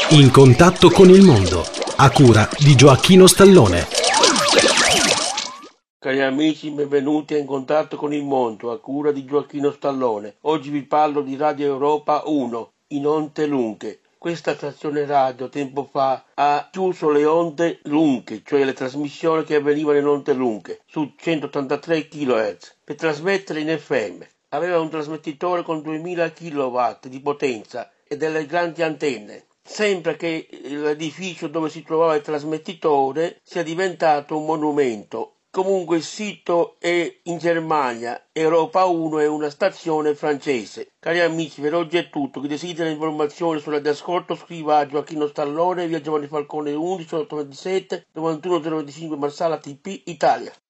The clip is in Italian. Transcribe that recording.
In contatto con il mondo, a cura di Gioacchino Stallone. Cari amici, benvenuti a In contatto con il mondo, a cura di Gioacchino Stallone. Oggi vi parlo di Radio Europa 1, in onde lunghe. Questa stazione radio tempo fa ha chiuso le onde lunghe, cioè le trasmissioni che avvenivano in onde lunghe, su 183 kHz, per trasmettere in FM. Aveva un trasmettitore con 2000 kW di potenza e delle grandi antenne. Sembra che l'edificio dove si trovava il trasmettitore sia diventato un monumento. Comunque il sito è in Germania, Europa 1 è una stazione francese. Cari amici, per oggi è tutto. Chi desidera informazioni sulla di ascolto scriva a Gioacchino Stallone, via Giovanni Falcone 11 827 91025 Marsala TP Italia.